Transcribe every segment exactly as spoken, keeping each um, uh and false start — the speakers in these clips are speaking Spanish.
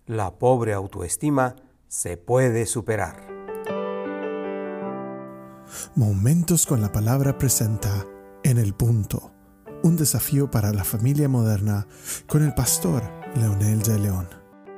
La pobre autoestima se puede superar. Momentos con la Palabra presenta En el Punto, un desafío para la familia moderna con el pastor Leonel de León.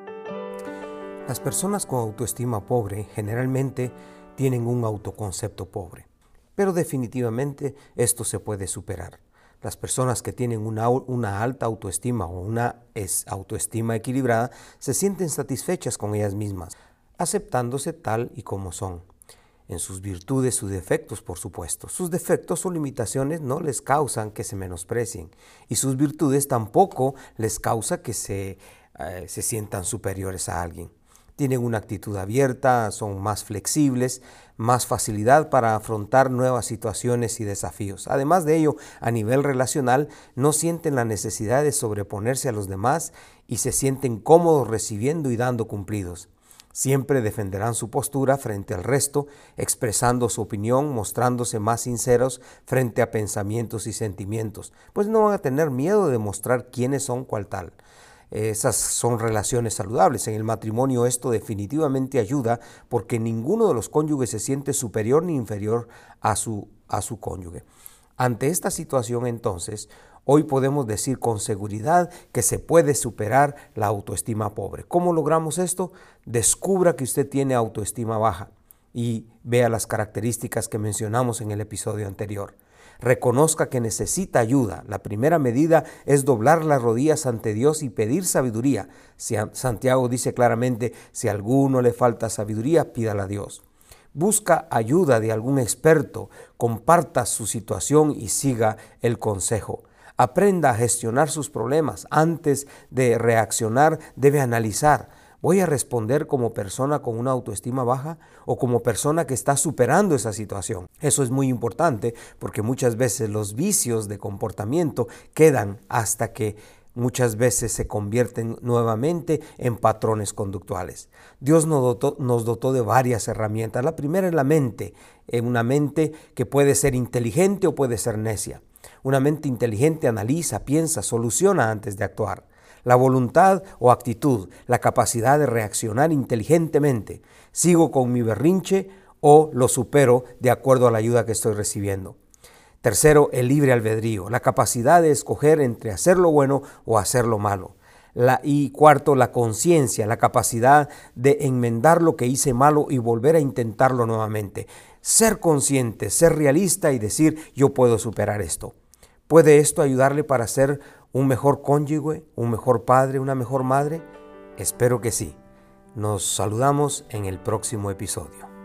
Las personas con autoestima pobre generalmente tienen un autoconcepto pobre, pero definitivamente esto se puede superar. Las personas que tienen una, una alta autoestima o una es autoestima equilibrada se sienten satisfechas con ellas mismas, aceptándose tal y como son. En sus virtudes, sus defectos, por supuesto. Sus defectos o limitaciones no les causan que se menosprecien y sus virtudes tampoco les causa que se, eh, se sientan superiores a alguien. Tienen una actitud abierta, son más flexibles, más facilidad para afrontar nuevas situaciones y desafíos. Además de ello, a nivel relacional, no sienten la necesidad de sobreponerse a los demás y se sienten cómodos recibiendo y dando cumplidos. Siempre defenderán su postura frente al resto, expresando su opinión, mostrándose más sinceros frente a pensamientos y sentimientos, pues no van a tener miedo de mostrar quiénes son cual tal. Esas son relaciones saludables. En el matrimonio esto definitivamente ayuda porque ninguno de los cónyuges se siente superior ni inferior a su, a su cónyuge. Ante esta situación entonces, hoy podemos decir con seguridad que se puede superar la autoestima pobre. ¿Cómo logramos esto? Descubra que usted tiene autoestima baja y vea las características que mencionamos en el episodio anterior. Reconozca que necesita ayuda. La primera medida es doblar las rodillas ante Dios y pedir sabiduría. Santiago dice claramente, si a alguno le falta sabiduría, pídala a Dios. Busca ayuda de algún experto, comparta su situación y siga el consejo. Aprenda a gestionar sus problemas. Antes de reaccionar, debe analizar. ¿Voy a responder como persona con una autoestima baja o como persona que está superando esa situación? Eso es muy importante porque muchas veces los vicios de comportamiento quedan hasta que muchas veces se convierten nuevamente en patrones conductuales. Dios nos dotó, nos dotó de varias herramientas. La primera es la mente, una mente que puede ser inteligente o puede ser necia. Una mente inteligente analiza, piensa, soluciona antes de actuar. La voluntad o actitud, la capacidad de reaccionar inteligentemente. ¿Sigo con mi berrinche o lo supero de acuerdo a la ayuda que estoy recibiendo? Tercero, el libre albedrío, la capacidad de escoger entre hacer lo bueno o hacer lo malo. La, y cuarto, la conciencia, la capacidad de enmendar lo que hice malo y volver a intentarlo nuevamente. Ser consciente, ser realista y decir, yo puedo superar esto. ¿Puede esto ayudarle para ser un mejor cónyuge, un mejor padre, una mejor madre? Espero que sí. Nos saludamos en el próximo episodio.